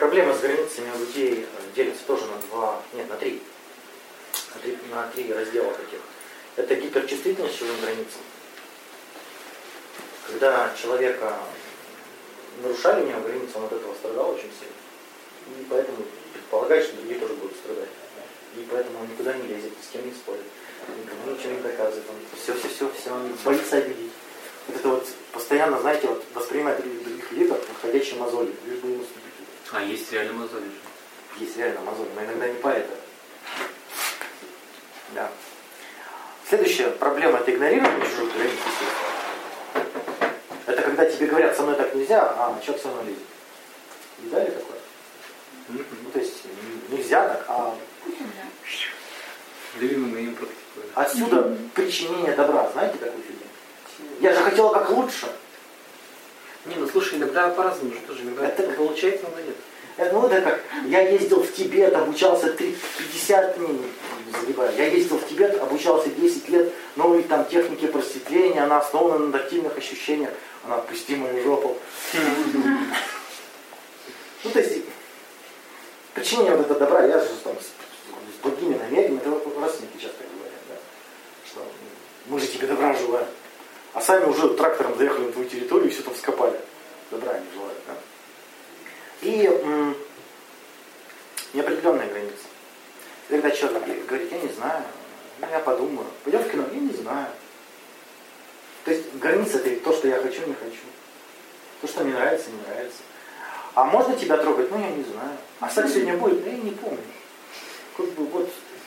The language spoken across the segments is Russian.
проблема с границами у людей делится тоже на на три раздела таких. Это гиперчувствительность к чужим границам. Когда человека нарушали у него границы, он от этого страдал очень сильно. И поэтому предполагает, что другие тоже будут страдать. И поэтому он никуда не лезет, ни с кем не спорит, никому ничего не доказывает. Он все, он боится обидеть. Вот это вот постоянно, знаете, вот воспринимать других людей как подходящие мозоли, лишь бы ему ступить. А есть реально мозоли? Есть реально мозоли, но иногда не по это. Да. Следующая проблема — это игнорирование чужих границ. Это когда тебе говорят, со мной так нельзя, а человек со мной лезет. Видали такое? Ну, то есть нельзя так, а любимый моим практикуем. Отсюда причинение добра. Знаете такую фигню? Я же хотела как лучше. Не, ну слушай, иногда по-разному же тоже. Иногда это получается, иногда нет. Ну это как, я ездил в Тибет, обучался 50 дней, я ездил в Тибет, обучался 10 лет, новой там технике просветления, она основана на тактильных ощущениях, она отпусти мою жопу. Ну то есть, причинение вот этого добра, я же там с благими намерениями, это родственники часто говорят, да, что мы же тебе добра желаем, а сами уже трактором заехали на твою территорию и все там вскопали, добра не желают, да. И неопределенная граница. Когда человек говорит, я не знаю, я подумаю, пойдем в кино, я не знаю. То есть граница — это то, что я хочу, не хочу. То, что мне нравится, не нравится. А можно тебя трогать? Ну, я не знаю. А секс сегодня будет? Я не помню. Как бы вот.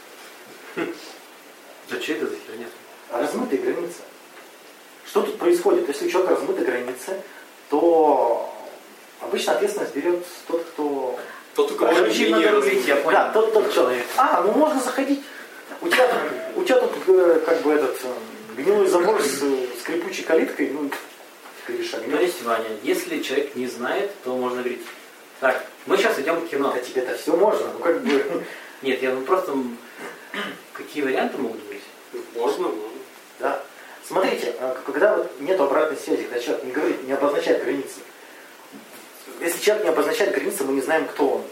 Да что это за херня? Размытые границы. Что тут происходит? Если у человека размыты границы, то обычно ответственность берет тот, кто... Тот, у кого рождение размыто. Я понял. Да, тот человек. Ну можно заходить. У тебя тут как бы этот гнилой забор с скрипучей калиткой, ну, ты шагнешь. То есть, Ваня, если человек не знает, то можно говорить, так, мы сейчас идем в кино. А тебе-то все можно, ну как бы... Нет, я просто... Какие варианты могут быть? Можно. Да. Смотрите, когда вот нет обратной связи, когда человек не говорит, не обозначает границы. Если человек не обозначает границы, мы не знаем, кто он.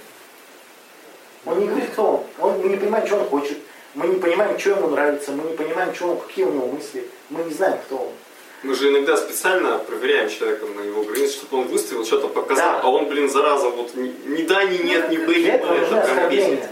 Он не говорит, кто он. Мы не понимаем, что он хочет. Мы не понимаем, что ему нравится. Мы не понимаем, какие у него мысли. Мы не знаем, кто он. Мы же иногда специально проверяем человека на его границы, чтобы он выставил, что-то показал, да. А он, зараза, вот ни да, ни нет, ни бы, ни это нужны оскорбления.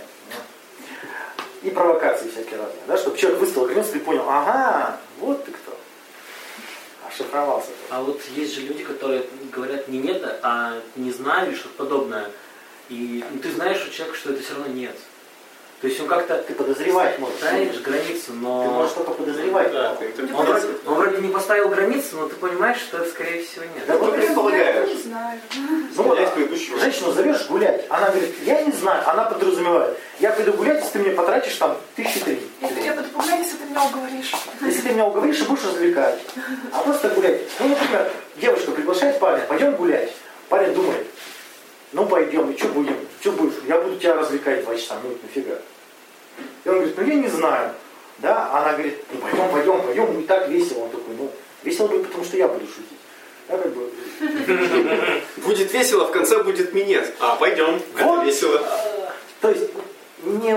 И провокации всякие разные. Да? Чтобы человек выставил границы и понял, ага, вот ты кто. Ошифровался. А вот есть же люди, которые говорят не нет, а не знаю или что-то подобное. И ты знаешь у человека, что это все равно нет. То есть он как-то... Ты подозревать можешь. Знаешь границу, но... Ты можешь только подозревать. Да, он вроде не поставил границу, но ты понимаешь, что это скорее всего нет. Да вот предполагаешь. Я не знаю. Ну вот, женщину зовешь гулять, она говорит, я не знаю, она подразумевает, я пойду гулять, если ты мне потратишь там 1003. Я пойду погулять, если ты меня уговоришь. Если ты меня уговоришь, и будешь развлекать. А просто гулять. Ну, например, девушка приглашает парня, пойдем гулять. Парень думает, ну пойдем, и что будем? Что будешь? Я буду тебя развлекать 2 часа, ну нафига. И он говорит, ну я не знаю. Да? А она говорит, ну пойдем, и так весело. Он такой, ну весело будет, потому что я буду шутить. Да, как бы. Будет весело, в конце будет минет. Пойдем, вот, весело. То есть не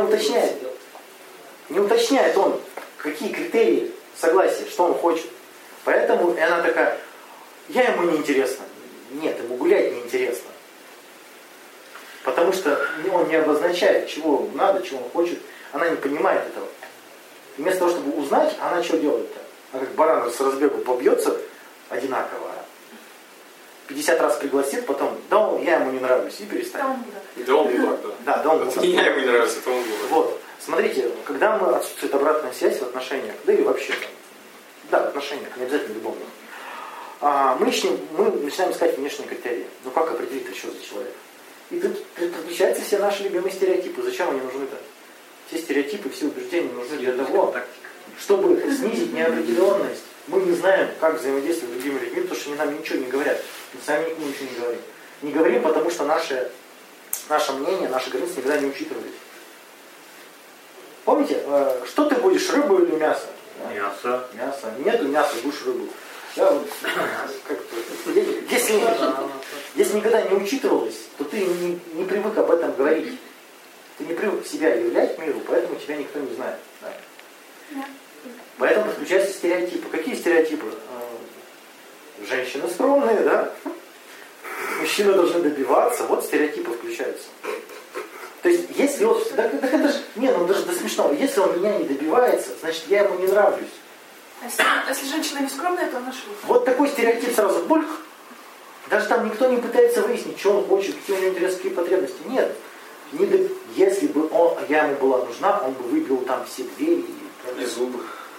уточняет он, какие критерии согласия, что он хочет. Поэтому и она такая, я ему не интересна. Нет, ему гулять не интересно. Потому что он не обозначает, чего надо, чего он хочет. Она не понимает этого. И вместо того, чтобы узнать, она что делает-то? Она как баран с разбегу побьется одинаково. 50 раз пригласит, потом, да, я ему не нравлюсь, и перестанет. Да он дурак, да. Да, он дурак. Я ему не нравится, это он дурак. Вот, смотрите, когда мы отсутствует обратная связь в отношениях, да и вообще, да, в отношениях, не обязательно любовных, мы начинаем искать внешние критерии. Ну как определить, что за человек? И тут подключаются все наши любимые стереотипы. Зачем они нужны-то? Все стереотипы, все убеждения нужны для того, чтобы снизить неопределенность. Мы не знаем, как взаимодействовать с другими людьми, потому что они нам ничего не говорят. Мы сами никому ничего не говорим. Не говорим, потому что наше мнение, наши границы никогда не учитывались. Помните, что ты будешь, рыбу или мясо? Мясо. Мясо. Нету мяса, будешь рыбу. Да, вот, как-то, если Если никогда не учитывалось, то ты не привык об этом говорить. Ты не привык себя являть миру, поэтому тебя никто не знает. Да? Поэтому подключаются стереотипы. Какие стереотипы? Женщины скромные, да? Мужчины должны добиваться. Вот стереотипы включаются. То есть, если он... Так это же... Не, ну даже до смешного. Если он меня не добивается, значит, я ему не нравлюсь. А если женщина не скромная, то она шлюха. Вот такой стереотип сразу бульк. Даже там никто не пытается выяснить, что он хочет, какие у него интересы, какие потребности. Нет. Если бы я ему была нужна, он бы выбил там все двери и зубы.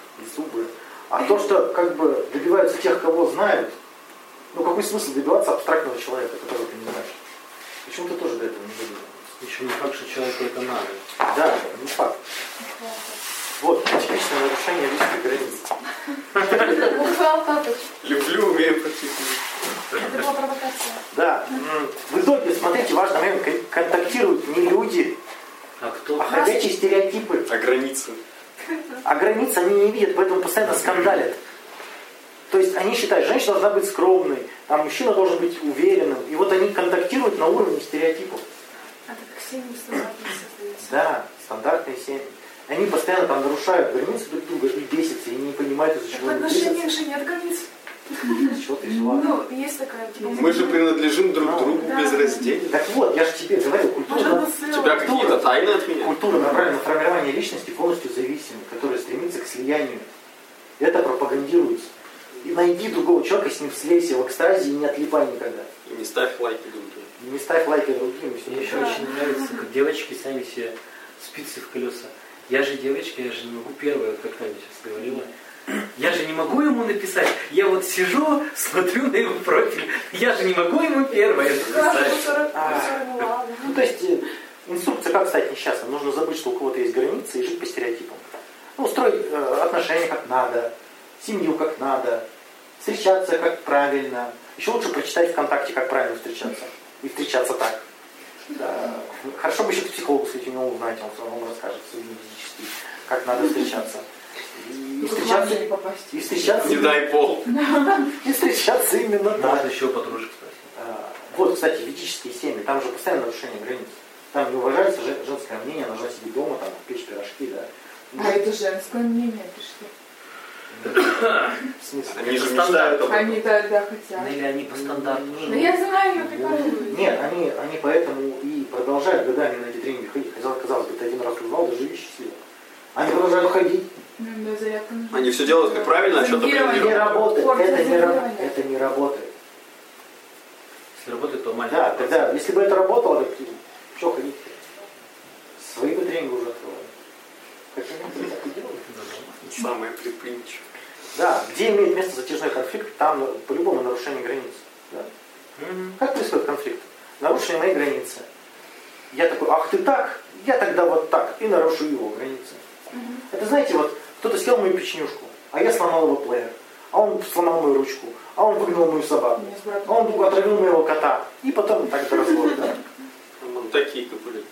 А то, что как бы добиваются тех, кого знают, ну какой смысл добиваться абстрактного человека, которого ты не знаешь? Почему ты тоже до этого не добиваешься? Еще не факт, что человеку это надо. Да, не факт. Вот, типичное нарушение личной границы. Бухал папочка. Люблю, умею практически. Это была провокация. Да. В итоге, смотрите, важный момент, контактируют не люди, А кто? а ходячие стереотипы. А границы? А границ они не видят, поэтому постоянно скандалят. То есть они считают, женщина должна быть скромной, а мужчина должен быть уверенным. И вот они контактируют на уровне стереотипов. Это как семьи стандартные создаются. Да, стандартные семьи. Они постоянно там нарушают границы друг друга и бесятся, и не понимают, из-за Так чего в они отношениях бесятся. же нет границ. Чего ты взяла? Ну, есть такая, типа... Мы же принадлежим друг другу Да. безраздельно. Так вот, я же тебе говорю, У культура тебя какие-то тайны от меня? направлена на формирование личности полностью зависимой, которая стремится к слиянию. Это пропагандируется. И найди другого человека, с ним слейся в экстазе и не отлипай никогда. И не ставь лайки другим. Не ставь лайки другим. И все Мне еще такое. очень нравится, как девочки сами себе спицы в колеса. Я же девочка, я же не могу первая, вот как Таня сейчас говорила. Я же не могу ему написать. Я вот сижу, смотрю на его профиль. Я же не могу ему первая написать. Ну, то есть, инструкция, как стать несчастным. Нужно забыть, что у кого-то есть границы и жить по стереотипам. Ну, строить отношения как надо, семью как надо, встречаться как правильно. Еще лучше прочитать ВКонтакте, как правильно встречаться. И встречаться так. Да. Хорошо бы еще к психологу с этим узнать, он все равно вам расскажет физически, как надо встречаться. И встречаться, Не дай бог. и встречаться именно так. Можно еще подружек спросить. Вот, кстати, ведические семьи, там же постоянно нарушение границ. Там не уважается женское мнение, нужно сидеть дома, там, печь пирожки, да. А это женское мнение, ты что? В смысле? Они же Стандарт. мечтают об этом. Они да хотят. Ну или они по стандарту Да живут. я знаю, я прикалываюсь. Нет, они поэтому и продолжают годами на эти тренинги ходить. Казалось бы, ты один раз узнал, да живи счастливо. Они продолжают ходить. Ну, да, зарядка нужна. Они все делают как правильно, а что-то Не определенное. работает. Порция Это зомбирования. не работает. Если работает, то маленький. Да, тогда, если бы это работало, так что ходить? Свои бы тренинги уже открывали. Как они так и делают. Самое предприимчивое. Да, где имеет место затяжной конфликт, там по-любому нарушение границ. Да? Как происходит конфликт? Нарушение моей границы. Я такой, ах ты так, я тогда вот так, и нарушу его границы. Это знаете, вот кто-то съел мою печенюшку, а я сломал его плеер, а он сломал мою ручку, а он выгнал мою собаку, а он отравил моего кота, и потом так до развода. Да? Вон такие копулеты.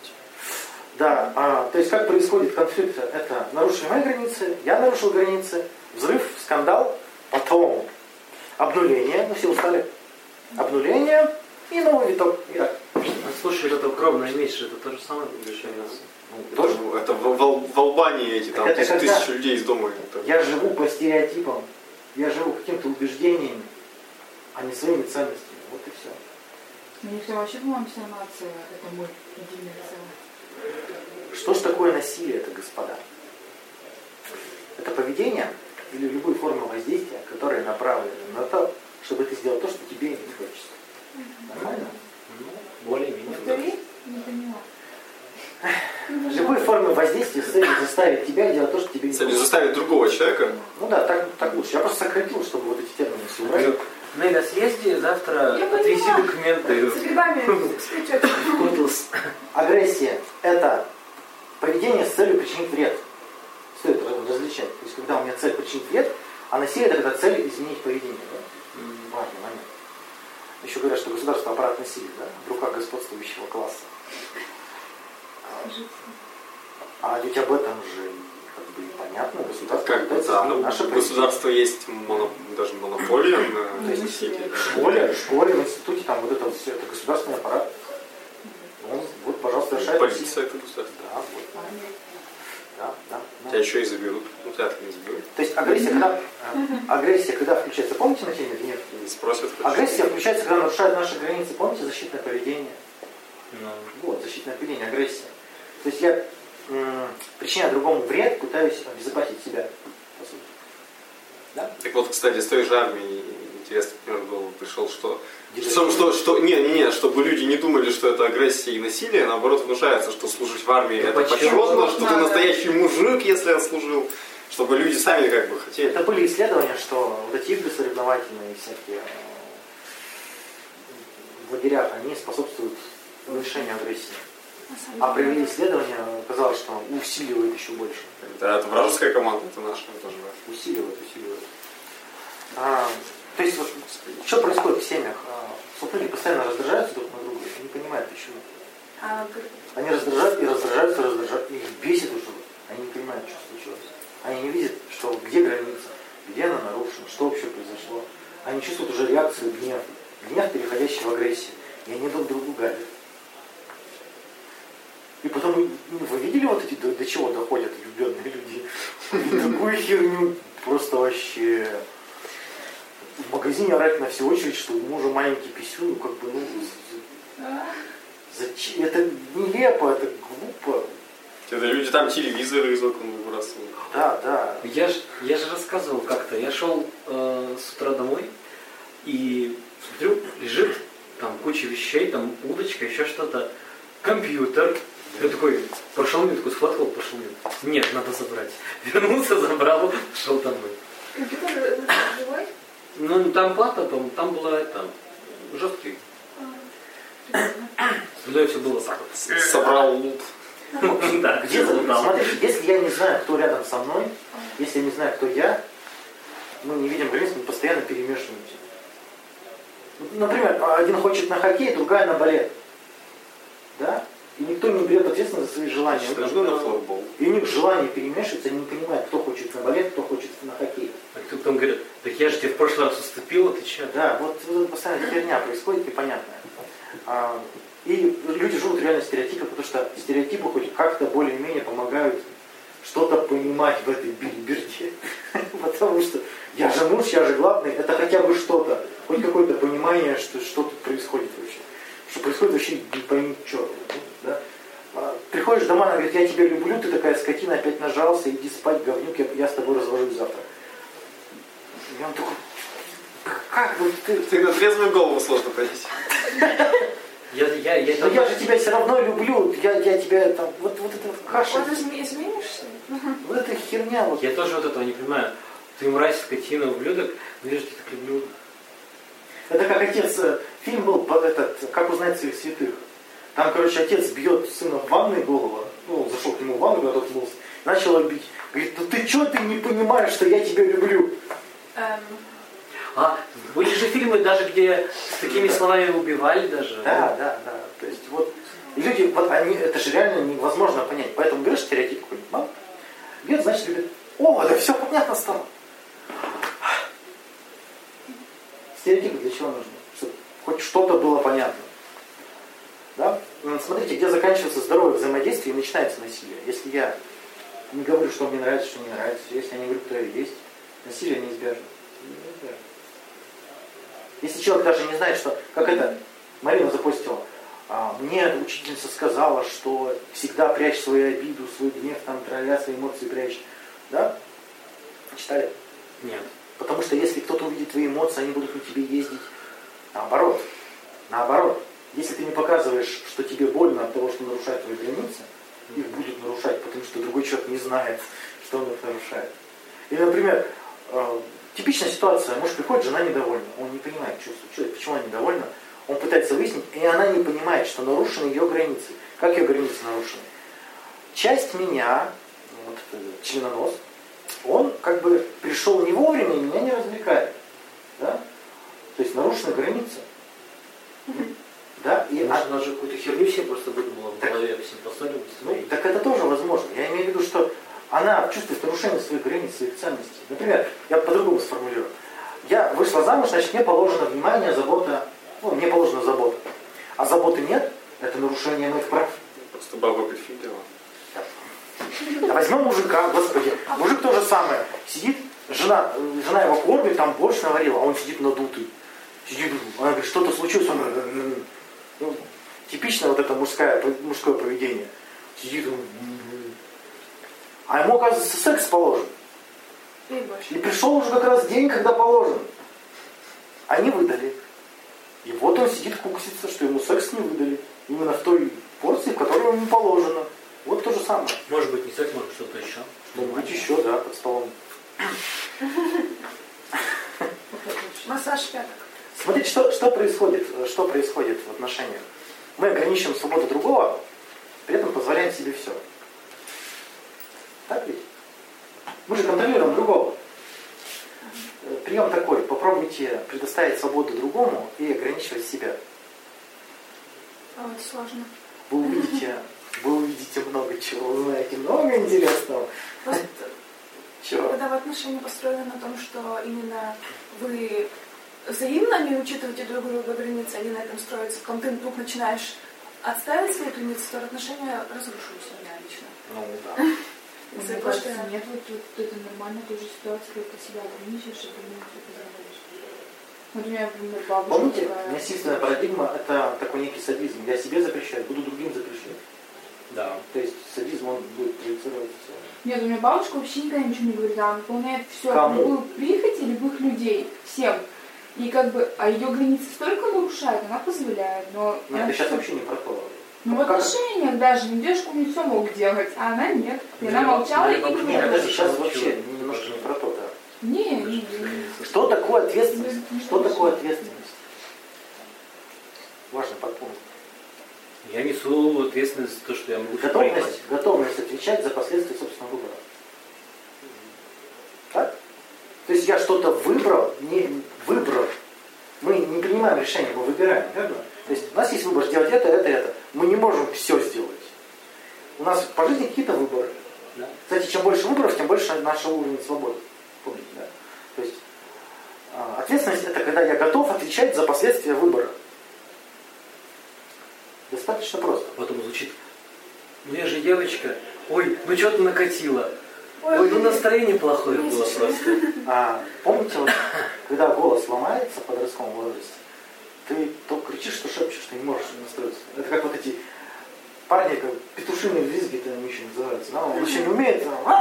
Да, то есть как происходит конфликт? Это нарушение моей границы, я нарушил границы, взрыв, скандал, потом обнуление, ну все устали, обнуление и новый виток. Итак, Слушай, это кровная месть, это то же самое получается. Это в Албании эти там Это когда? тысячи людей из дома. Я живу по стереотипам, я живу какими-то убеждениями, а не своими ценностями. Вот и все. Мне все вообще, по-моему, вся нация, это мой единый целый. Что ж такое насилие, это, господа? Это поведение или любые формы воздействия, которые направлены на то, чтобы ты сделал то, что тебе не хочется. Нормально? Ну, более-менее. да. Повтори? Не поняла. Любые формы воздействия с целью заставить тебя делать то, что тебе не Целью хочется. заставить другого человека. Ну да, так лучше. Я просто сократил, чтобы вот эти термины все убрать. Неля, съезди завтра, Я отвези поняла. документы. С грибами встречать. Кутлс. Агрессия – это поведение с целью причинить вред. Стоит различать. То есть, когда у меня цель причинить вред, а насилие – это когда цель изменить поведение. Да? Важный момент. Еще говорят, что государство – аппарат насилия, да? В руках господствующего класса. А ведь об этом же как бы понятно. Государство Как бы, пытается да, изменить ну, наше у государства есть даже монополия на То есть насилие. в школе, в институте там вот это вот все, это государственный аппарат. Он, вот, пожалуйста, решает. Полиция это государство. Да, вот. Да. Тебя еще и заберут. Ну, тебя не заберут. То есть агрессия, когда включается, помните на теме Венеры? Не спросят. Агрессия включается, когда нарушают наши границы. Помните защитное поведение? Ну, Вот, защитное поведение, агрессия. То есть я, причиняя другому вред, пытаюсь обезопасить себя, по сути. Да? Так вот, кстати, с той же армией интересный пример был, пришел, что чтобы люди не думали, что это агрессия и насилие, наоборот, внушается, что служить в армии это почетно, что ты настоящий мужик, если отслужил, чтобы люди сами как бы хотели. Это были исследования, что вот эти игры соревновательные всякие в лагерях, они способствуют уменьшению агрессии. А провели исследования, оказалось, что усиливает еще больше. Да, это вражеская команда, это наша тоже. Усиливает. То есть, вот, что происходит в семьях? Супруги постоянно раздражаются друг на друга и не понимают, почему. Они раздражаются, их бесит уже. Они не понимают, что случилось. Они не видят, что где граница, где она нарушена, что вообще произошло. Они чувствуют уже реакцию гнев, переходящий в агрессию. И они друг другу гадят. И потом, вы видели вот эти, до чего доходят влюбленные люди? Такую херню просто вообще... В магазине орать на всю очередь, что у мужа маленький писюн, ну как бы, зачем? Это нелепо, это глупо. Это люди там телевизоры из окон выбрасывают. Да. Я же рассказывал как-то. Я шел с утра домой и смотрю, лежит там куча вещей, там удочка, еще что-то, компьютер. Я такой, прошел мимо, такой сфоткал, пошел мимо. Нет, надо забрать. Вернулся, забрал, шел домой. Компьютер живой? Ну, там плата, там была жесткий. Остальное все было так вот. Собрал лут. Да, где Смотрите, если я не знаю, кто рядом со мной, если я не знаю, кто я, мы не видим границ, мы постоянно перемешиваемся. Например, один хочет на хоккей, другая на балет. Да? И никто не берет ответственность за свои желания. Жду на флорбол. И у них желание перемешивается, они не понимают, кто хочет на балет, кто хочет на хоккей. А кто потом говорит, так я же тебе в прошлый раз уступила, ты че? Да, вот постоянно херня происходит непонятная. И люди живут реально стереотипы, потому что стереотипы хоть как-то более-менее помогают что-то понимать в этой бильберде. Потому что я же муж, я же главный, это хотя бы что-то. Хоть какое-то понимание, что тут происходит вообще. Что происходит вообще не пойми что. Да? Приходишь домой, она говорит, я тебя люблю, ты такая скотина, опять нажался, иди спать, говнюк, я с тобой развожусь завтра. И он такой, как вот ты на трезвую голову сложно понять. Я же тебя все равно люблю, я тебя там, вот это вот каша. Вот изменишься? Вот эта херня. Вот. Я тоже вот этого не понимаю. Ты мразь, скотина, ублюдок, но я же тебя так люблю. Это как отец, фильм был, как узнать своих святых. Там, короче, отец бьет сына в ванной голову, он зашел к нему в ванну, когда тот мылся, начал его бить. Говорит, ну ты что, ты не понимаешь, что я тебя люблю? Были же фильмы даже, где с такими словами убивали даже. Да. То есть вот люди, вот они, это же реально невозможно понять. Поэтому берешь стереотип какой-нибудь, мам, бьет, значит любит. О, да все понятно стало. Стереотипы для чего нужны? Чтобы хоть что-то было понятно. Да? Смотрите, где заканчивается здоровое взаимодействие и начинается насилие. Если я не говорю, что мне нравится, что не нравится, если я не говорю, кто я есть, насилие неизбежно. Если человек даже не знает, что, как это Марина запостила, мне учительница сказала, что всегда прячь свою обиду, свой гнев, там, тролля, свои эмоции прячь. Да? Читали? Нет. Потому что если кто-то увидит твои эмоции, они будут на тебе ездить. Наоборот. Если ты не показываешь, что тебе больно от того, что нарушают твои границы, их будут нарушать, потому что другой человек не знает, что он их нарушает. Или, например, типичная ситуация, муж приходит, жена недовольна. Он не понимает, что случилось, почему она недовольна. Он пытается выяснить, и она не понимает, что нарушены ее границы. Как ее границы нарушены? Часть меня, вот этот членонос, он как бы пришел не вовремя и меня не развлекает. Да? То есть нарушены границы. Да? И может, она же какую-то херню себе просто выдумала в голове, симпосолем. Так это тоже возможно. Я имею в виду, что она чувствует нарушение своих границ, своих ценностей. Например, я по-другому сформулирую. Я вышла замуж, значит, мне положено внимание, забота Ну, мне положена забота. А заботы нет, это нарушение моих прав. Просто баба прифигела. Да возьмем мужика, господи. Мужик то же самое. Сидит, жена его кормит, там борщ наварила, а он сидит надутый. Сидит, она говорит, что-то случилось, он... Ну, типично вот это мужское поведение. Сидит, а ему, оказывается, секс положен. И пришел уже как раз день, когда положен. Они выдали. И вот он сидит, куксится, что ему секс не выдали. Именно в той порции, в которой ему положено. Вот то же самое. Может быть, не секс, может быть, что-то еще. Что-нибудь еще, да, под столом. Массаж пяток. Смотрите, что происходит в отношениях. Мы ограничиваем свободу другого, при этом позволяем себе все. Так ведь? Мы же контролируем другого. Прием такой. Попробуйте предоставить свободу другому и ограничивать себя. Это сложно. Вы увидите много чего, узнаете много интересного. Просто, Чего? когда в отношении построены на том, что именно вы взаимно не учитываете друг друга границы, они на этом строятся, потом ты вдруг начинаешь отстаивать свои границы, то отношения разрушились у меня лично. Ну да. Мне кажется, нет, вот это нормально, тоже ситуация, когда ты себя ограничиваешь и границы позволяешь. Вот у меня, например, бабушка Помните, такая... насильственная парадигма – это такой некий садизм. Я себе запрещаю, буду другим запрещать. Да. То есть садизм, он будет проецироваться. Нет, у меня бабушка вообще никогда ничего не говорит, она выполняет все, Кому? любую прихоти любых людей, всем. И как бы, а ее границы столько нарушают, она позволяет, но... Нет, это сейчас вообще не про то. Ну в отношениях даже, девушку мне все мог делать, а она нет. И она молчала и не Нет, говорила. это сейчас вообще немножко не про то, да. Не. Что такое ответственность? Что такое ответственность? Важно подпункт. Я несу ответственность за то, что я могу проехать. Готовность отвечать за последствия собственного выбора. Так? То есть я что-то выбрал, не выбрал. Мы не принимаем решение, мы выбираем, верно? То есть у нас есть выбор сделать это. Мы не можем все сделать. У нас по жизни какие-то выборы. Да. Кстати, чем больше выборов, тем больше наш уровень свободы. Помните, да? То есть ответственность – это когда я готов отвечать за последствия выбора. Достаточно просто. Потом звучит, ну я же девочка, ой, ну что ты накатила? Ой, ну настроение плохое было просто. Помните, вот, когда голос ломается в подростковом возрасте, ты то кричишь, что шепчешь, ты не можешь настроиться. Это как вот эти парни, как петушиные визги, там еще называются. Да? Он еще не умеет.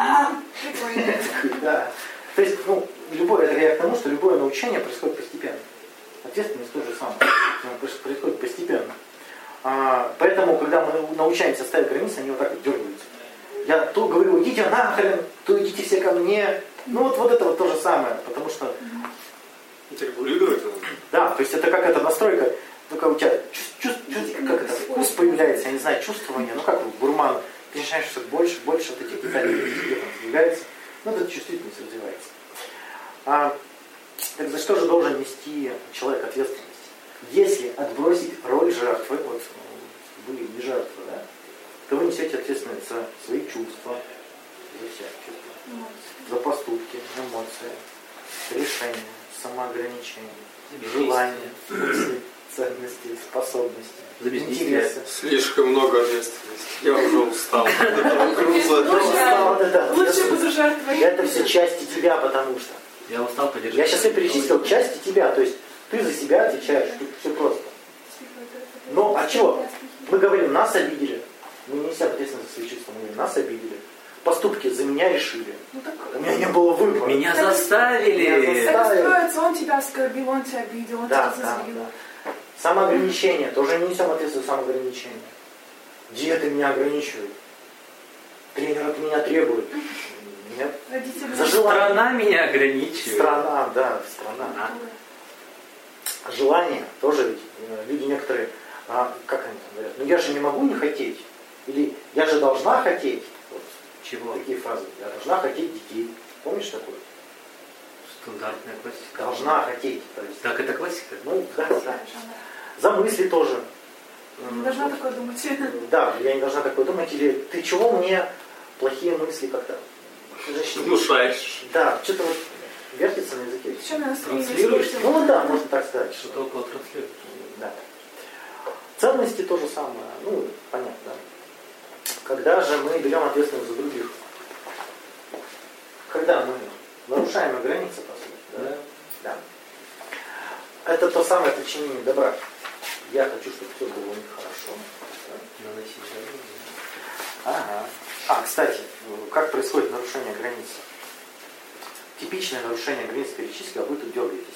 Да. То есть, это я к тому, что любое научение происходит постепенно. Ответственность то же самое. Происходит постепенно. Поэтому, когда мы научаемся ставить границы, они вот так вот дергаются. Я то говорю, идите нахрен, то идите все ко мне. Ну вот это вот то же самое, потому что... Это регулировать надо? Да, то есть это как эта настройка, только у тебя как это, вкус появляется, я не знаю, чувствование, как гурман, ты начинаешь все больше вот этих деталей где-то развивается, эта чувствительность развивается. Так за что же должен нести человек ответственность? Если отбросить роль жертвы, вот были не жертвы, да, то вы несете ответственность за свои чувства, за все чувства, за поступки, эмоции, решения, самоограничения, желания, мысли, ценности, способности, интересы. Слишком много ответственности. Я уже устал. Лучше буду жертвой. Это все части тебя, потому что. Я устал поддержать. Я сейчас и перечислил части тебя, то есть ты за себя отвечаешь, тут все просто. Ну, а чего? Мы говорим, нас обидели. Мы не несем ответственность за свои чувства, мы говорим, нас обидели. Поступки за меня решили. У меня не было выбора. Меня заставили. Так строится, он тебя оскорбил, он тебя обидел, он тебя зазлил. Самоограничение. Тоже не несем ответственность за самоограничение. Диеты меня ограничивают. Тренер от меня требует. Нет. За Страна меня ограничивает. Страна. Желание тоже ведь люди некоторые, как они там говорят, я же не могу не хотеть. Или я же должна хотеть. Вот. Чего? Такие фразы. Я должна хотеть детей. Помнишь такое? Стандартная классика. Должна хотеть. То есть, Так, это классика? Да. За мысли тоже. Не должна такое думать. Да, я не должна такое думать. Или ты чего мне плохие мысли как-то? Внушаешь. Да, что-то вот вертится на языке. Что на настроение Транслируешь? Ну да, можно так сказать. Что-то около транслируешь. Да. Ценности то же самое. Ну, понятно, да? Когда же мы берем ответственность за других? Когда мы нарушаем границы, по сути. Да? Да. Это то самое причинение добра. Я хочу, чтобы все было у них хорошо. Да? Ага. Кстати, как происходит нарушение границ? Типичное нарушение границ перечислил, а вы тут дергаетесь.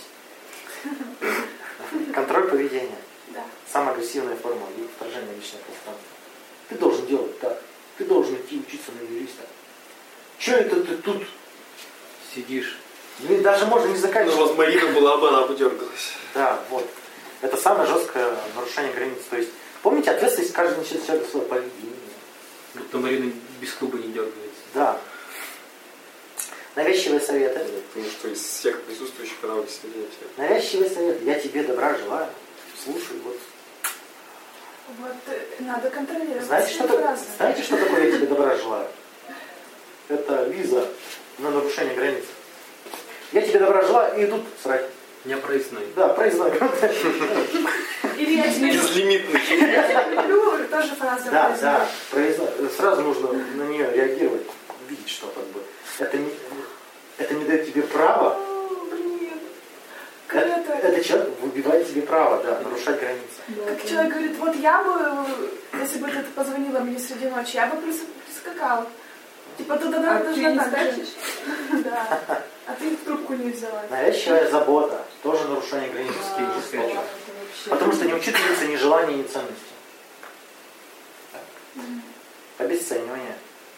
Контроль поведения. Да. Самая агрессивная форма вторжения в личное пространство. Ты должен делать так. Ты должен идти учиться на юриста. Че это ты тут сидишь? Ну, даже можно не заканчивать. Ну вот Марина была бы, она бы дергалась. Да, вот. Это самое жесткое нарушение границ. То есть, помните, ответственность каждый несет человек за свое поведение. Будто Марина без клуба не дергается. Да. Навязчивые советы. Потому что из всех присутствующих, когда вы сидите. Навязчивые советы. Я тебе добра желаю. Слушай, вот. Вот надо контролировать. Знаете, что такое я тебе добра желаю? Это виза на нарушение границ. Я тебе добра желаю, и идут срать. Я проездной. Да, проездной. Или я тебе Безлимитный. люблю, тоже фраза. Да, да. Проездной. Сразу нужно на нее реагировать, видеть, что как бы. Это не дает тебе права. Это человек выбивает тебе право, да, нарушать границы. Как человек говорит, вот я бы, если бы ты позвонила мне среди ночи, я бы прискакал. Типа ты тогда ты не скачешь? Да. А ты трубку не взяла. Навязчивая забота. Тоже нарушение границ. Потому что не учитывается ни желания, ни ценности. Обесценивание.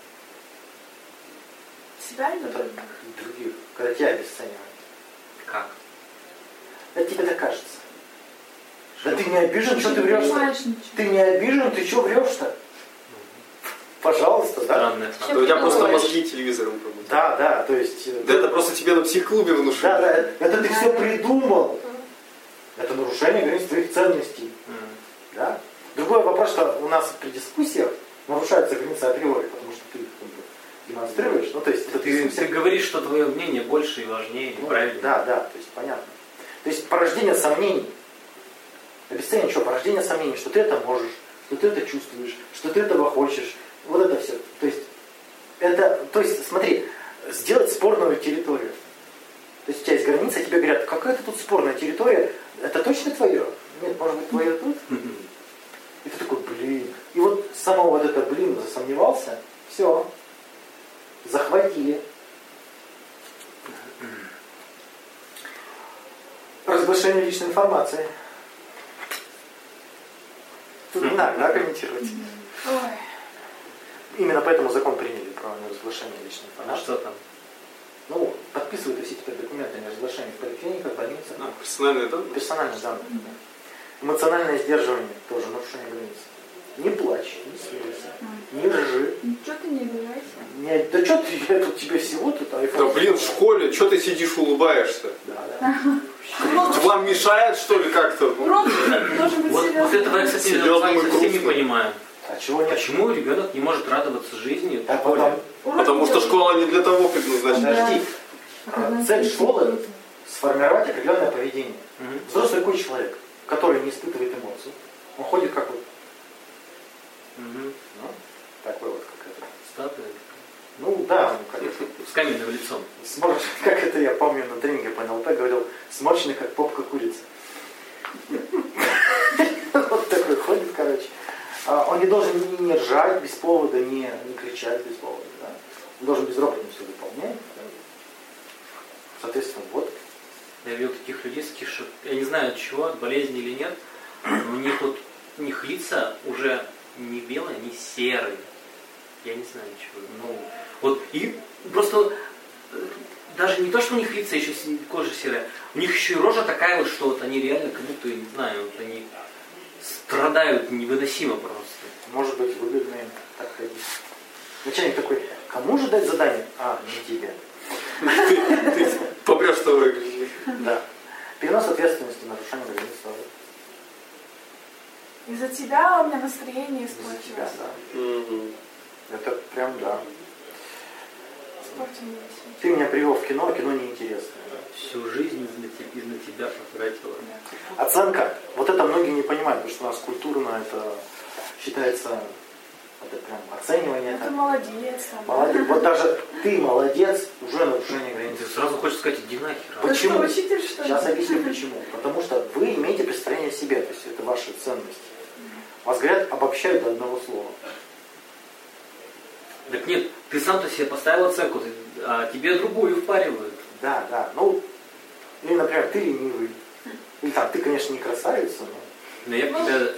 Себя или Это других. Когда тебя обесценивают. Как? Это тебе так кажется. Да ты не обижен, что ты врешь-то? Ты не обижен, ты что врешь-то? Пожалуйста, да? Странная Да у тебя просто мозги телевизором как будто. Да, да, то есть... Да это просто тебе на психклубе внушили. Да, да, это ты все придумал. Это нарушение границ твоих ценностей. Да? Другой вопрос, что у нас при дискуссиях нарушаются границы априори, потому что ты их как бы демонстрируешь. Ну, то есть, это Ты говоришь, что твое мнение больше и важнее, и правильнее. Да, да, то есть понятно. То есть порождение сомнений. Обесценивание что? Порождение сомнений, что ты это можешь, что ты это чувствуешь, что ты этого хочешь. Вот это все. То есть, смотри, сделать спорную территорию. То есть у тебя есть граница, тебе говорят, какая-то тут спорная территория, это точно твое? Нет, может быть, твое тут? И ты такой, блин. И вот с самого вот это, блин, засомневался, все. Захватили. Разглашение личной информации. Тут не надо, да, комментировать. Ой. Именно поэтому закон приняли про неразглашение личной А информации. что там? Ну, подписывают все теперь документы о неразглашении в поликлиниках, больницах. Персональные данные? Персональные данные. Да. Эмоциональное сдерживание тоже нарушение границ. Не плачь, не смейся, не ржи. Ничего ты не обижайся. Да что ты, я тут тебе всего тут Да айфон. блин, в школе, что ты сидишь улыбаешься? Да. Вам мешает, что ли, как-то? Урок должен быть Вот серьезный. этого я, кстати, Серьезным и совсем не грустным. понимаю. А чего нет? Почему ребенок не может радоваться жизни? Да, Потому что школа не для того предназначена. Подожди. Цель школы сформировать определенное поведение. Взрослый какой человек, который не испытывает эмоций, он ходит как вот, ну, такой вот, как это. Статуя. Ну да, как это. С каменным лицом. Как это я помню на тренинге по НЛП говорил, сморщенный как попка курицы. Вот такой ходит, короче. Он не должен не ржать без повода, не кричать без повода. Да? Он должен безропотно все выполнять. Да? Соответственно, вот. Я видел таких людей, что я не знаю от чего, от болезни или нет, но у них лица уже не белые, они серые. Я не знаю чего. Ну, вот и просто даже не то, что у них лица еще кожа серая, у них еще и рожа такая вот, что вот они реально как будто, не знаю, вот они страдают невыносимо просто. Может быть, выгодно им так ходить. Начальник такой, кому же дать задание? А, не тебе. Ты попрешь, что выглядишь. Да. Перенос ответственности, нарушение границ тоже. Из-за тебя у меня настроение Из-за тебя, испортилось. да. Это прям да. Испортил мне весь вечер. Ты меня привел в кино, а кино неинтересное. Да? Всю жизнь из-за тебя потратила. Оценка. Вот это многие не понимают, потому что у нас культурно это считается, это прям оценивание. Это молодец. Там. Молодец. Вот даже ты молодец, уже нарушение границ. Ты сразу хочешь сказать, иди нахер. Почему? Ты что, учитель, что ли? Сейчас объясню почему. Потому что вы имеете представление о себе, то есть это ваши ценности. Вас, говорят, обобщают до одного слова. Так нет, ты сам-то себе поставил оценку, а тебе другую впаривают. Да, да. Ну, или, например, ты ленивый. Или там, ты, конечно, не красавица, но... Но я тебя...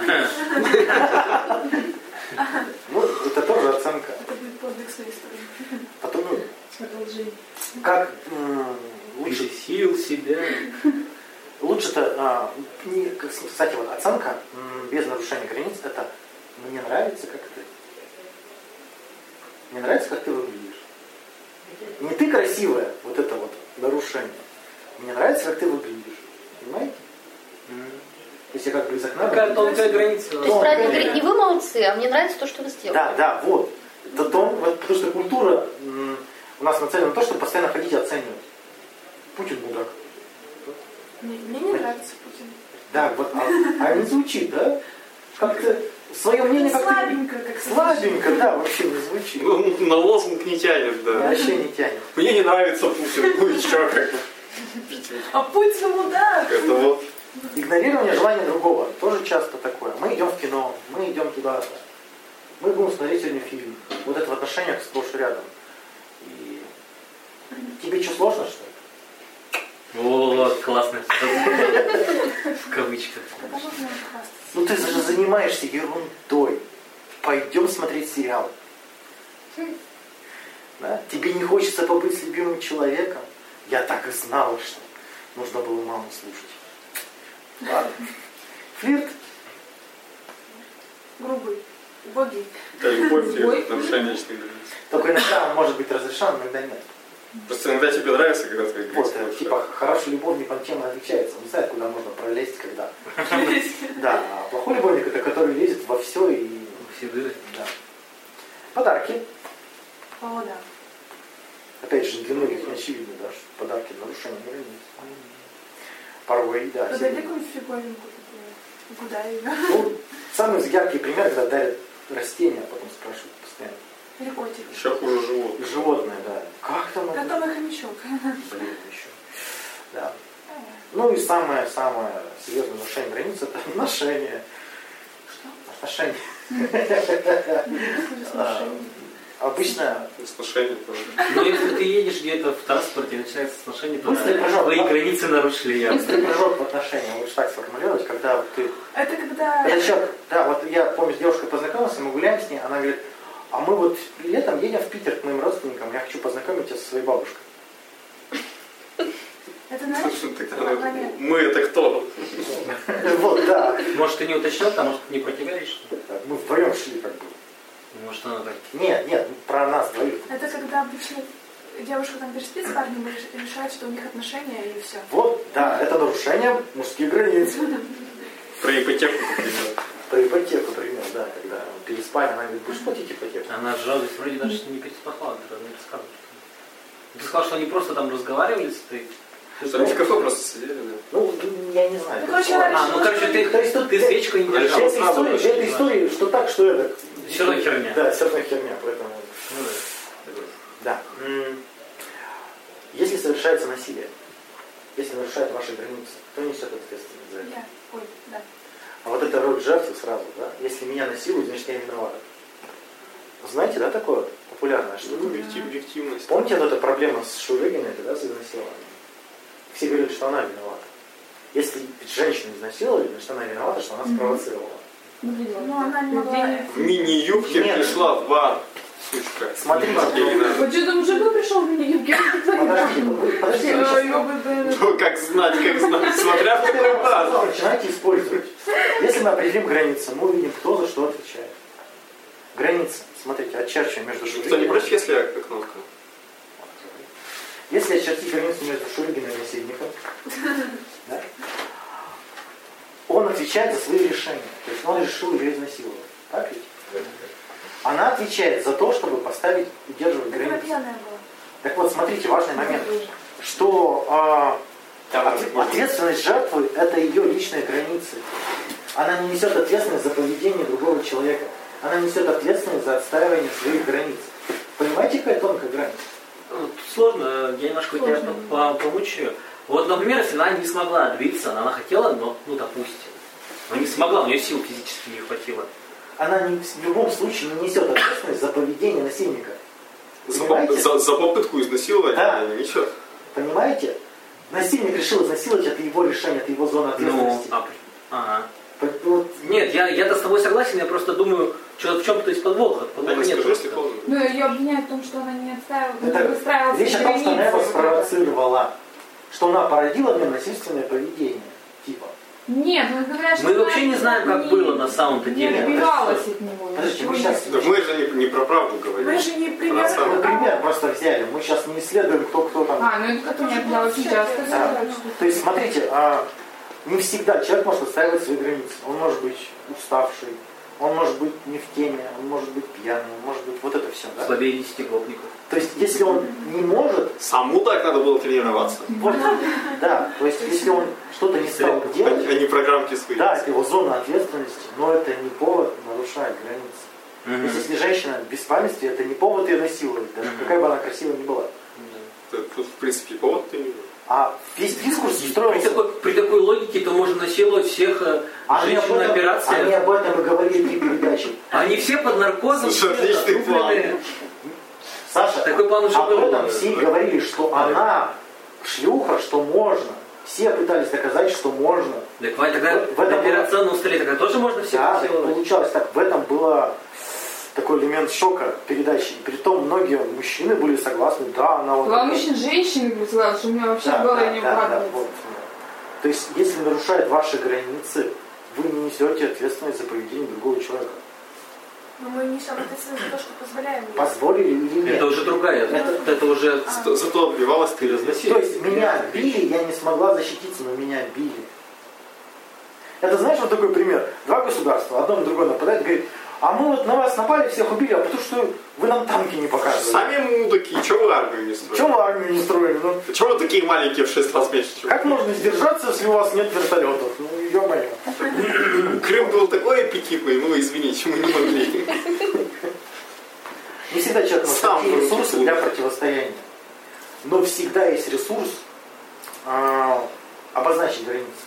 Ну, это тоже оценка. Это будет подвиг с моей стороны. Потом, ну, Продолжение. как лучше... Пересил себя. Лучше-то, кстати, вот оценка без нарушения границ, это мне нравится, как ты. Мне нравится, как ты выглядишь. Не ты красивая, вот это вот нарушение. Мне нравится, как ты выглядишь. Понимаете? Если как бы из окна... Какая тонкая граница. То есть правильно говорить, не вы молодцы, а мне нравится то, что вы сделали. Да, да, вот. Это вот, потому что культура у нас нацелена на то, чтобы постоянно ходить и оценивать. Путин мудак. Мне не нравится Путин. Да, вот, а не звучит, да? Как-то свое мнение как-то... Слабенько, как Слабенько, да, вообще не звучит. Ну, на лозунг не тянет, да. Вообще не тянет. Мне не нравится Путин, ну и чё, как бы. А Путин мудак! Это вот. Игнорирование желания другого тоже часто такое. Мы идем в кино, мы идем туда-то. Мы будем смотреть сегодня фильм. Вот это в отношениях сплошь и рядом. И тебе что, сложно, что ли? Вот, классно. В кавычках. Когда можно хвастаться? Ну ты же занимаешься ерундой. Пойдем смотреть сериал. Да? Тебе не хочется побыть с любимым человеком? Я так и знала, что нужно было маму слушать. Ладно. Флирт. Грубый. Убогий. Это любовь или нарушение личных границ. Только иногда он может быть разрешен, иногда нет. Просто иногда тебе нравится, когда твои Вот, границы типа, хороший любовник, он тем и отличается. Он знает, куда можно пролезть, когда. Да, а плохой любовник, это который лезет во все и... Все дыры. Да. Подарки. О, да. Опять же, для многих не очевидно, да, что подарки нарушение границ. Порой, да. Подойди какую-нибудь фиговинку такую. Куда ее? Ну, самый яркий пример, когда дарят растения, а потом спрашивают постоянно. Или котик. Еще хуже живот. Животное, да. Как там это? Готовый хомячок. Блин, еще. Да. Ну и самое-самое серьезное нарушение границ это отношения. Что? Отношения. Обычно... Сношение тоже. Но если ты едешь где-то в транспорте и начинается сношение, то Быстрый прыжок. твои границы нарушили явно. Быстрый прыжок в отношения, лучше так сформулировать, когда вот ты... Это когда... Это человек, да, вот я помню, с девушкой познакомился, мы гуляем с ней, она говорит, а мы вот летом едем в Питер к моим родственникам, я хочу познакомить тебя со своей бабушкой. Это знаешь, момент. Мы это кто? Вот, да. Может, ты не уточнил, а может, не про тебя речь? Мы вдвоем шли как бы. Может, она так... Нет, про нас двоих. Это когда обычно девушка там переспит с парнем и решает, что у них отношения и все. Вот, да, это нарушение мужских границ. Про ипотеку, например. Про ипотеку, например, да, когда переспали, она говорит, будешь платить ипотеку? Она жалость вроде даже не переспахала, ты не рассказывал. Ты сказал, что они просто там разговаривали с тобой? Что они в кафе просто сидели, да? Ну, я не знаю. Ну, короче, она Ну, короче, ты свечку не держал. Эта история, что так, что это. Все равно херня. Да, все равно херня, поэтому... Ну да. Да. Если совершается насилие, если нарушает ваши границы, кто несет ответственность за это? Я. Ой, да. А вот это роль жертвы сразу, да? Если меня насилуют, значит я виноват. Знаете, да, такое вот популярное что-то? Ну, объективность. Помните вот эта проблема с Шурыгиной, да, с изнасилованием? Все говорили, что она виновата. Если женщину изнасиловали, значит она виновата, что она спровоцировала. Ну, она не могла... В мини-юбке Нет. пришла в бар. Сучка. Смотрите. Ей не надо. Вот что-то мужик бы пришел в мини-юбке. Подожди, вы сейчас- Ну, как знать, смотря в какой бар. начинайте использовать. Если мы определим границы, мы увидим, кто за что отвечает. Границы. Смотрите, очерчиваем между Что, не Шурыгиной... против, если я кнопка? Если очертить границу между Шурыгиной и насильником, да, он отвечает за свои решения. То есть он решил ее изнасиловать. Так ведь? Она отвечает за то, чтобы поставить, удерживать Так она границы. пьяная была. Так вот, смотрите, важный момент, что ответственность жертвы – это ее личные границы. Она не несет ответственность за поведение другого человека. Она несет ответственность за отстаивание своих границ. Понимаете, какая тонкая грань? Тут сложно, я немножко тебя помучаю. Вот, например, если она не смогла добиться, она хотела, но, допустим, но не смогла, у нее сил физически не хватило. Она в любом случае не несет ответственность за поведение насильника. За попытку изнасиловать, да. Не несет. Понимаете? Насильник решил изнасиловать, это его решение, это его зона ответственности. Нет, я-то с тобой согласен, я просто думаю, в чем-то есть подвох. Нет, ну, ее обвиняют в том, что она не выстраивала речь о том, что она его спровоцировала. Что она породила в нем насильственное поведение. Типа. Нет, мы говорят, что мы вообще не знаем, как было на самом-то деле. Не добивалась от него. Подождите, мы сейчас... Мы же не про правду говорим. Мы же не пример. Мы пример просто взяли. Мы сейчас не исследуем, кто там... Ну это как у меня, да, очень часто. То есть, смотрите, не всегда человек может отстаивать свои границы. Он может быть уставший, он может быть не в теме, он может быть пьяный, он может быть вот это все. Да? Слабее 10 гопников. То есть, если он не может... Саму так надо было тренироваться. Вот, да, то есть, если он что-то не стал делать... А не программки свои. Да, это его зона ответственности, но это не повод нарушать границы. То есть, если женщина без памяти, это не повод ее насиловать, даже какая бы она красивая ни была. Тут, в принципе, повод-то не было. А весь дискурс строился... При такой логике то можно насиловать всех женщин на операции. Они об этом и говорили при передаче. Они все под наркозом. Слушай, отличный план. Саша, такой план уже об был. этом все говорили, что она шлюха, что можно. Все пытались доказать, что можно. Так тогда на операционном столе тогда тоже можно все насиловать? Получалось так. В этом было такой элемент шока передачи. И притом многие мужчины были согласны, да, она вот... Главное, женщины были согласны, что у меня вообще в голове не укладывается. Вот. То есть, если нарушает ваши границы, вы не несете ответственность за поведение другого человека. Но мы несем ответственность за то, что позволяем ей. Позволили или нет? Это уже другая. Это уже... Зато отбивалась ты разносила. То есть, меня били, я не смогла защититься, но меня били. Это знаешь, вот такой пример. Два государства, одно на другое нападает, говорит, а мы вот на вас напали, всех убили, а потому что вы нам танки не показывали. Сами мудаки, чего вы армию не строили? Чего вы армию не строили? Ну, чего вы такие маленькие в 6 раз меньше? Как можно сдержаться, если у вас нет вертолетов? Ну, ё-моё. Крым был такой аппетитный, извините, мы не могли. Не всегда человек может найти ресурсы для противостояния. Но всегда есть ресурс обозначить границы.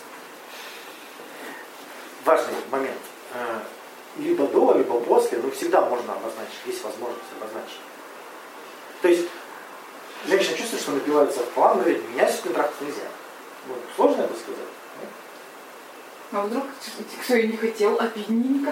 Важный момент. Либо до, либо после, но всегда можно обозначить, есть возможность обозначить. То есть, женщина чувствует, что напивается в план, говорит, меня с контрактом нельзя. Ну, сложно это сказать? Нет? А вдруг кто и не хотел, обидненько.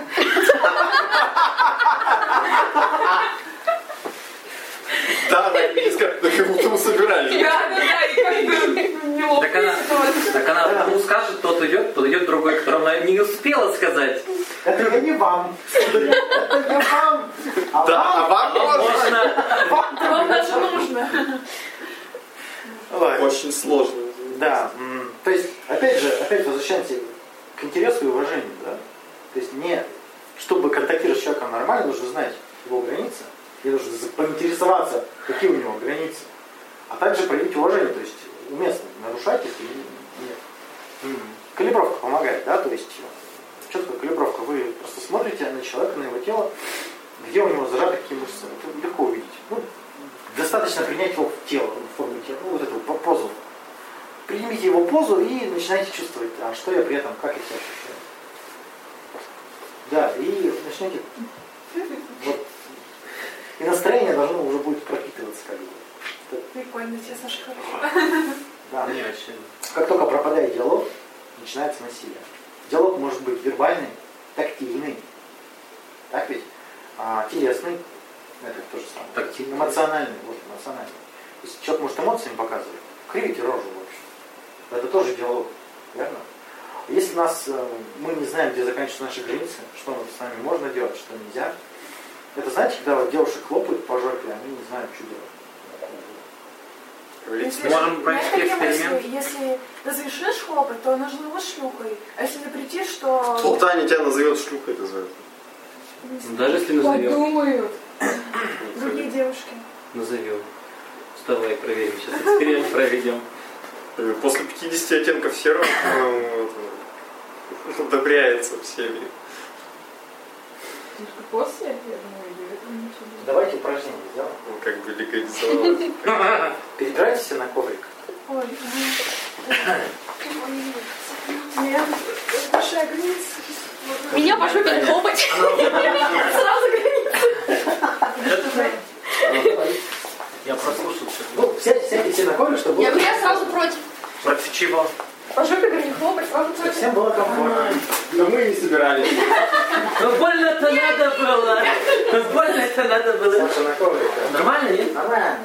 Да, как будто мы собирались. Да, и как-то неловко. Так она кому скажет, тот идет другой, которому она не успела сказать. Это я не вам. Это не вам. Да, а вам можно. Вам даже нужно. Очень сложно. Да. То есть, опять возвращаемся к интересу и уважению. Да? То есть, чтобы контактировать с человеком нормально, нужно знать его границы. И нужно поинтересоваться, какие у него границы. А также проявить уважение. То есть, уместно нарушать их или нет. Калибровка помогает, да? То есть, что такое калибровка? Вы просто смотрите на человека, на его тело, где у него зажаты какие мышцы. Это легко увидеть. Достаточно принять его в тело, в форме тела, вот эту позу. Примите его позу и начинайте чувствовать, а что я при этом, как я себя ощущаю. Да, и начнете. Вот. И настроение должно уже будет пропитываться как бы. Прикольно, тебе, Саша, хорошо. Да. Как только пропадает диалог, начинается насилие. Диалог может быть вербальный, тактильный, так ведь? Телесный, это то же самое. Тактильный. Эмоциональный, вот эмоциональный. То есть человек может эмоциями показывать, кривить рожу, в общем. Это тоже диалог, верно? Если мы не знаем, где заканчиваются наши границы, что с нами можно делать, что нельзя, это, знаете, когда вот девушек хлопают по жопе, они не знают, что делать. Можем провести эксперимент. Если разрешишь хлопать, то нужно его шлюхой. А если запретишь, то... Вот Таня тебя назовет шлюхой, это зовет. Даже если назовем. Подумают. Другие девушки. Назовем. Давай проверим, сейчас эксперимент проведем. После 50 оттенков серого одобряется всеми. Только после, я думаю, или это ничего. Давайте упражнение сделаем. Ну, как бы легализовалось. Перебирайте все на коврик. Ой, у меня большая граница. Меня по жопе не хлопать. Сразу граница. Я прослушал все. Ну, сядьте все на коврик, чтобы Я сразу против. Против чего? По жопе говорю, не хлопать, сразу чтобы всем было комфортно. Но мы не собирались. Ну больно-то надо было. Ну больно-то надо было. Саша на коврик. Да. Нормально, нет? Нормально.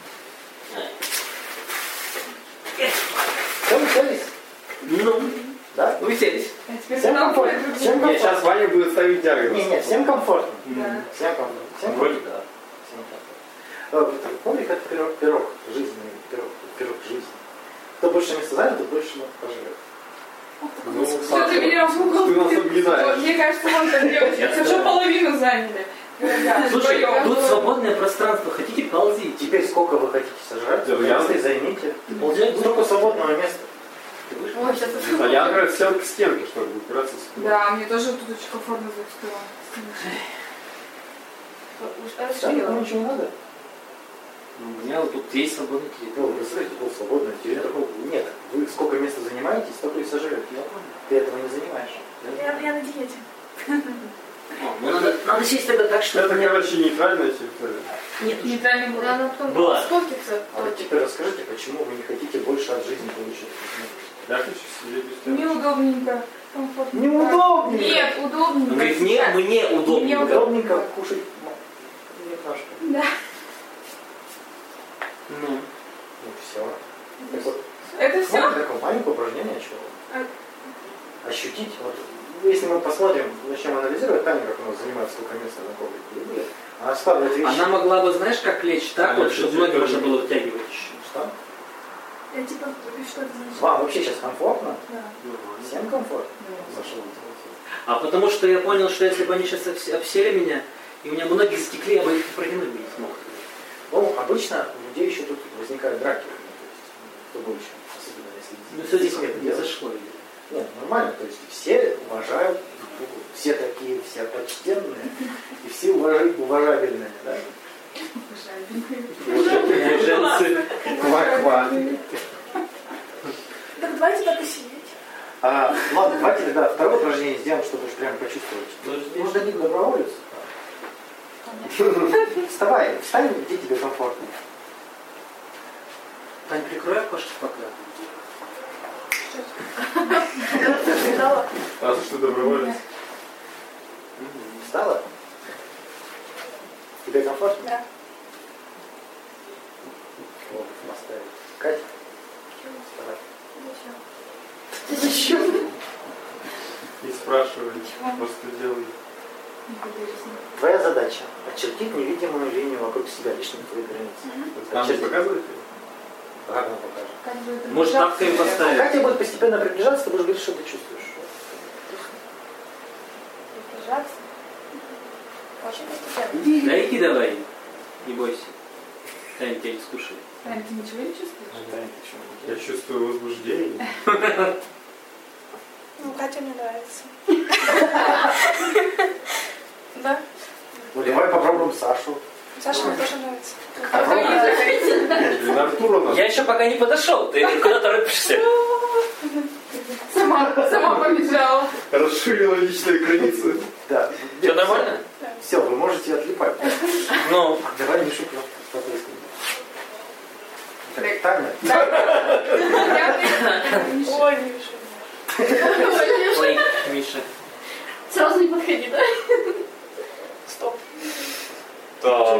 Все, уселись? Ну, Да? уселись. А теперь Всем нам комфортно. будет Всем Нет, сейчас комфортно. Ваня будет ставить диагноз. Не, всем комфортно. Да. Всем комфортно. Всем Вроде комфортно. да. Всем комфортно. Коврик это пирог жизненный, пирог жизни. Кто больше места занят, тот больше поживет. Ну, Что Саша, ты меня в угол? ты нас объедаешь. Мне кажется, вон там девочки уже половину заняли. Слушай, Вдвоем. тут свободное пространство. Хотите, ползите. Теперь сколько вы хотите сожрать, Да, я- если займите. Ползай, Столько свободного места. Ой, сейчас А я, например, сел к стенке, чтобы упираться в стену. Да, мне тоже тут очень комфортно за столом. Да, никому ничего не надо. Ну, у меня вот тут есть свободная Ну, территория. вы представляете, был свободный территория. Нет, вы сколько места занимаетесь, столько и сожрете. Я понял. Ты этого не занимаешь. Я на диете. Ну, надо сесть тогда так, что... Это, короче, нейтральная территория. Нет, Нейтральный был. Надо потом Была. сфоткаться. А вот теперь расскажите, почему вы не хотите больше от жизни получить? Я хочу сидеть без стенки. Неудобненько. Комфортно. Неудобненько. Нет, удобненько. он говорит, мне Мне удобно. Удобненько кушать немножко. Да. Ну, Ну все. Это все? Такое маленькое упражнение, чего? Ощутить. Вот, если мы посмотрим, начнем анализировать Таня, как у нас занимает столько места на коврике, она складывает вещи. она могла бы, знаешь, как лечь так, А, вот, чтобы чуть-чуть ноги тоже. можно было вытягивать. Что? Я типа, что это значит? Вам вообще сейчас комфортно? Да. Всем комфортно? Зашел. А потому что я понял, что если бы они сейчас обсели меня, и у меня бы ноги затекли, я бы их прыгнуть бы не смог. Ну, обычно у людей еще тут возникают драки. То есть, кто больше, особенно если... Ну, все здесь это не делать. зашло. Нет, нормально. То есть все уважают друг друга. Все такие, все почтенные. И все уважабельные, да? Женцы. Ква-ква. Так давайте так и сидеть. Ладно, давайте тогда второе упражнение сделаем, чтобы уж прям почувствовать. Может, один доброволец? Вставай, встань, где тебе комфортно. Тань, прикрой окошко пока. А что доброволец? Встала? Тебе комфортно? Да. Вот, поставить. Катя? Вставай. Зачем? Не спрашивай, просто делай. Твоя задача – очертить невидимую линию вокруг себя, лишь не твои границы. Камень показываете? Как нам покажет? Может, так и поставить. Катя будет постепенно приближаться, ты будешь говорить, что ты чувствуешь. Приближаться. Очень постепенно. Да иди давай. Не бойся. Тань, тебя не скушай. Таня, ты ничего не чувствуешь? Я чувствую возбуждение. Ну, Катя мне нравится. Да? Ну, давай попробуем Сашу. Саша мне тоже нравится. Или на Артура надо. Я еще пока не подошел. Ты куда торопишься? Сама побежала. Расширила личные границы. Да. Все нормально? Все, вы можете отлипать. Ну, Давай Мишу потрескаем. Так, Таня. Ой, Миша. ой, Миша. Сразу не подходи, да? Стоп. Да.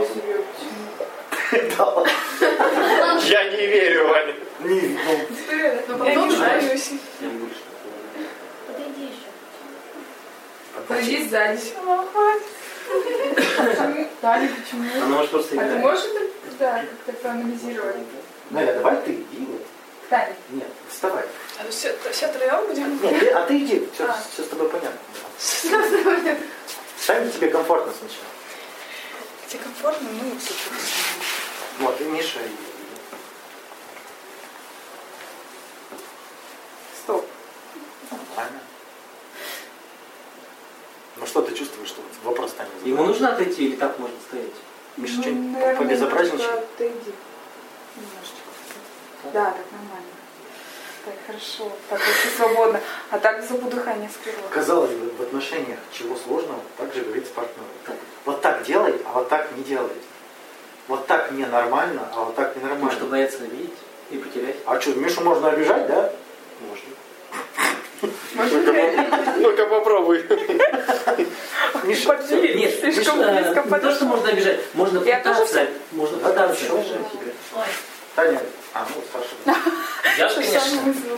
Да. Я не верю, Ваня. Не, ну, Ну, потом боюсь. Я больше Подойди еще. Подойди сзади. Почему? Таня, почему? Она может просто А ты играть. можешь это, да, как-то проанализировать? Наля, давай ты иди. Вот. Таня. Нет, вставай. А все троем будем? Нет, ты иди. Все с тобой понятно. Встань, тебе комфортно сначала. Тебе комфортно? Ну, супер. Вот, и Миша, и Ему нужно отойти или так можно стоять? Миша, Ну, что-нибудь наверное, побезобразничай? немножко отойди. Немножечко. Да, так нормально. Так, хорошо. Так, очень свободно. А так забуду дыхание скрыло. Казалось бы, в отношениях чего сложного, так же говорит с партнером. Вот так делай, а вот так не делай. Вот так ненормально, а вот так Потому ненормально. что боятся обидеть и потерять. А что, Мишу можно обижать, да? Можно. Ну-ка попробуй. Миша, Подвели. Нет, Слишком Миша, близко не то, что подошел. можно обижать, можно Я тоже пытаться. Можно Да, пытаться еще. обижать тебя. Ой. Таня, ну, Саша. Я, Что конечно. сам вызвал.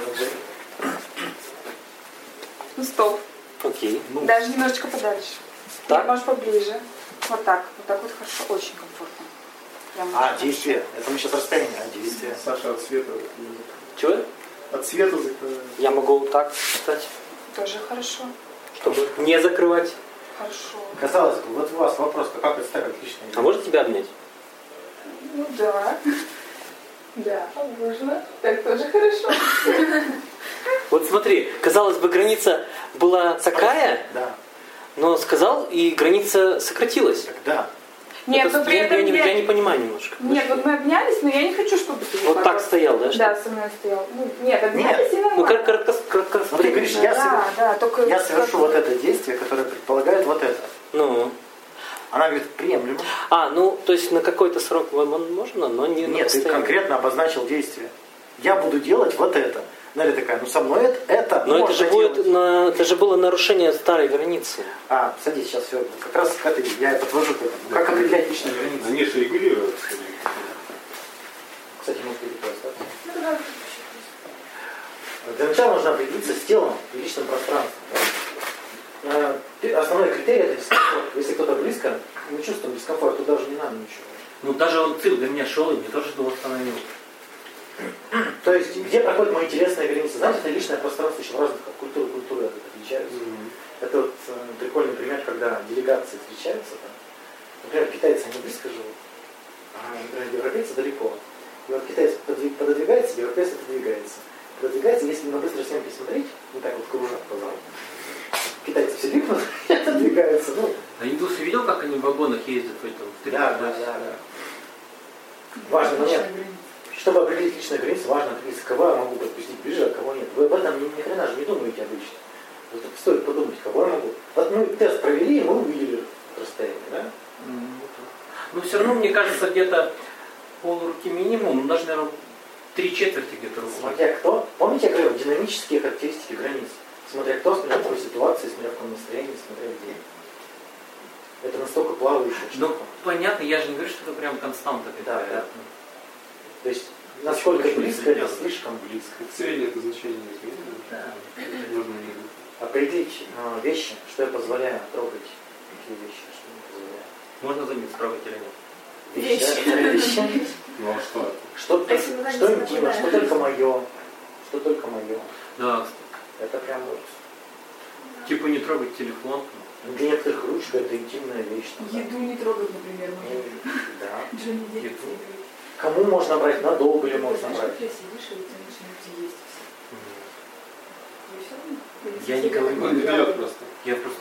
Ну, стоп. Окей. Ну, Даже немножечко подальше. Так? Нет, можешь поближе. Вот так. Вот так вот хорошо. Очень комфортно. Прям очень хорошо. действие. Это мы сейчас расстояние, а действие. Саша от света. Чего? От света закрывает. Я могу вот так встать, Тоже хорошо. чтобы не закрывать. Хорошо. Казалось бы, вот у вас вопрос, как представить личное А можно тебя обнять? Ну да. Да, можно. Так тоже хорошо. Вот смотри, казалось бы, граница была такая, Да. но сказал, и граница сократилась. Тогда. Нет, Это но при этом я не понимаю немножко. Нет, вот мы обнялись, но я не хочу, чтобы ты... Вот так стоял, да? Да, со мной стоял. Ну, нет, обнялись и Ну, нормально. как Ну, ты говоришь, Да, только... я совершу вот это действие, которое предполагает вот это. Ну. Она говорит, приемлемо. Ну, то есть на какой-то срок можно, но не на Нет, ты постоянно. конкретно обозначил действие. Я буду делать вот это. Наля такая, ну со мной это Но можно это же было нарушение старой границы. Садись, сейчас все. Как раз к этой, я подвожу к этому. Как определять личные границы? Они же регулируют. Кстати, мы остаться. Для начала нужно определиться с телом и личным пространством. Да? Основной критерий это дискомфорт. Если кто-то близко, мы чувствуем дискомфорт, то даже не надо ничего. Ну, даже он цирк до меня шел, и мне тоже было остановил. То есть, где проходят мои телесные границы? Знаете, это личное пространство еще в разных культуры отличаются. Это вот прикольный пример, когда делегации встречаются. Да? Например, китайцы, они близко живут, а, например, европейцы далеко. И вот китаец пододвигается, европейец отодвигается. Пододвигается, если на быстрой съемке смотреть, вот так вот кружат по залу. Китайцы все липнут и отодвигаются. Ну. А индусы видел, как они в вагонах ездят в этом? Да. Важный момент. Чтобы определить личную границу, важно определить, кого я могу подпустить ближе, а кого нет. Вы об этом ни хрена же не думаете обычно. Вот стоит подумать, кого я могу. Вот мы тест провели, и мы увидели расстояние, да? Ну, все равно, мне кажется, где-то полруки минимум, ну, даже, наверное, 3/4 где-то руки. Смотря кто. Помните, я говорил, динамические характеристики границ. Смотря кто, смотря в какой ситуации, смотря в каком настроении, смотря где. Это настолько плавающее, что... Ну, понятно, я же не говорю, что это прям константа какая-то. Да. То есть, насколько Очень близко, это близко. слишком близко. Среднее это значение изменено. Да. Можно не Определить вещи, что я позволяю трогать, какие вещи, что не позволяю. Можно заметить, трогать или нет? Вещи. Ну а что это? Что Если мы что не интимно, что наблюдаем. только мое. Что только мое. Да, Это прям вот... типа не трогать телефон. Для некоторых ручка это интимная вещь. там, да. Еду не трогать, например, можно. Да. Джонни Депп Еду. сидит. Кому можно брать, надолго ли можно Знаешь, брать? как я сидишь, и вот ты начинаешь есть все. И всё равно. Я не говорю, Он берет просто. Я просто,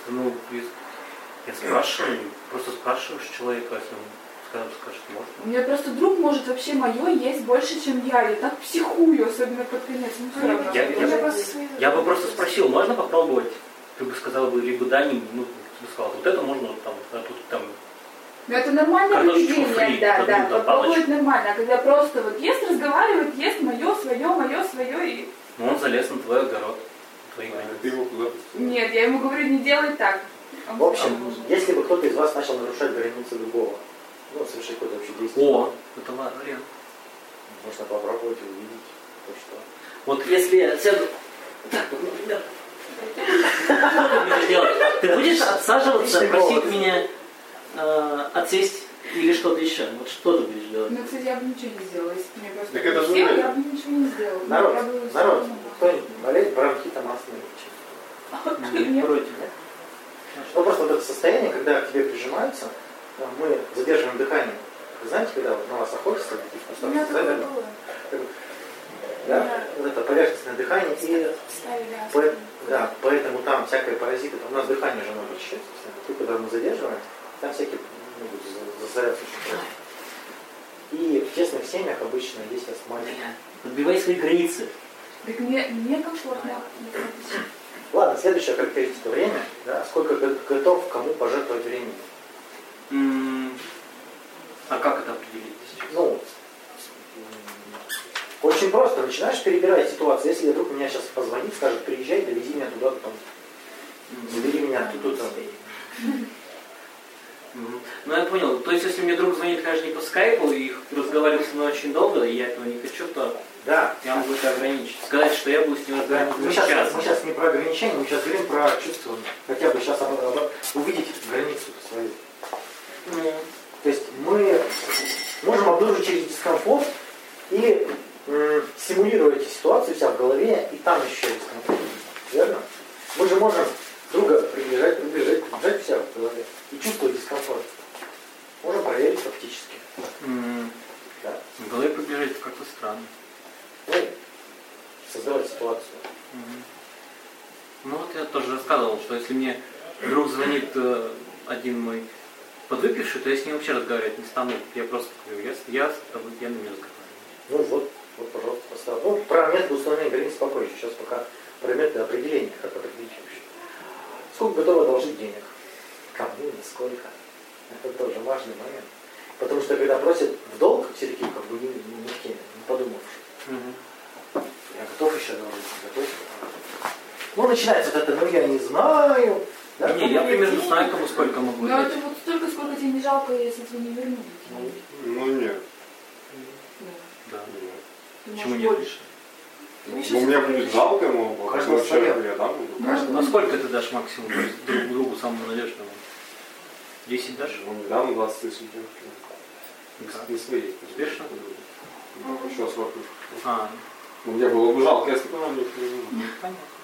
я спрашиваю человека, если он скажет, можно. У меня просто друг может вообще мое есть больше, чем я так психую, особенно под конец. Ну, всё равно. Я бы просто спросил, можно попробовать? Ты бы сказал бы либо да, ты бы сказал, вот это можно вот там, а тут там. Ну это нормальное Картошечку поведение, фри, да, одну, да, попробовать палочку. нормально. А когда просто вот ест, разговаривает, ест мое, свое и... Ну он залез на твой огород, на твои А границы. ты его куда-то... Нет, я ему говорю, не делай так. Он В общем, вообще может. если бы кто-то из вас начал нарушать границы другого, совершить какое-то вообще действие, О, это вариант. можно попробовать и увидеть то, что... Вот если я сяду, так вот, например, что ты будешь делать? Ты будешь отсаживаться, Отличный просить голос. меня отсесть или что-то еще? Вот что ты будешь делать? Ну, кстати, я бы ничего не сделала. Если бы мне просто Так это же сел, вы. я бы ничего не сделала. Народ, Я бы всё народ, равно. кто-нибудь болеет бронхитом, астмой? Не против, да? Ну просто вот это состояние, когда к тебе прижимаются, мы задерживаем дыхание. Вы знаете, когда вот на вас охотятся, У меня такое замерли, было. да? Вот это поверхностное дыхание, и Ставили по- астму. да, поэтому там всякие паразиты, у нас дыхание же надо прочищать, постоянно. Тут, когда мы задерживаем, там всякие засорятся очень просто. И в тесных семьях обычно есть османки. Подбивай свои границы. Так мне комфортно. Ладно, следующая характеристика время. Да? Сколько готов кому пожертвовать времени? А как это определить сейчас? Ну, очень просто. Начинаешь перебирать ситуацию. Если вдруг меня сейчас позвонит, скажет, приезжай, довези меня туда, там, забери меня тут. Ну я понял. То есть, если мне друг звонит, конечно, не по скайпу и разговаривать со мной очень долго, и я этого не хочу, то да. я могу это ограничить. Сказать, что я буду с ним разговаривать Мы сейчас не про ограничения, мы сейчас говорим про чувствование. Хотя бы сейчас увидеть границу свою. То есть мы можем обнаружить через дискомфорт или симулировать эти ситуации у себя в голове, и там еще дискомфорт. Верно? Мы же можем друга приближать у себя в голове и чувствовать дискомфорт. Можем проверить фактически. Да? В голове приближать это как-то странно. Ну, создавать ситуацию. Ну вот я тоже рассказывал, что если мне друг звонит один мой подвыпивший, то я с ним вообще разговаривать не стану. Я просто говорю, я с тобой пьяным не разговариваю. Вот, пожалуйста, поставь. Ну, про методы установления границ попозже. Сейчас пока про методы определения, как определить вообще. Сколько готово одолжить денег? Кому, насколько? Это тоже важный момент. Потому что когда просят в долг, все-таки как бы не в теме, не подумавши. Я готов еще одолжить, Ну, начинается вот это, я не знаю. Да? Не, я примерно знаю, кому сколько могу Ну, дать. это вот столько, сколько тебе не жалко, если тебе не вернут. Ну нет. Да. Ты Почему можешь нет? больше. Ну, мне будет жалко ему, Каждого вообще свое. я дам буду. А сколько ты дашь максимум другу самому надежному? 10 дашь? Ну, недавно 20 тысяч Да. не свои. Успешно? Еще 40 тысяч. А, Ну, мне было бы жалко, если бы он не понятно.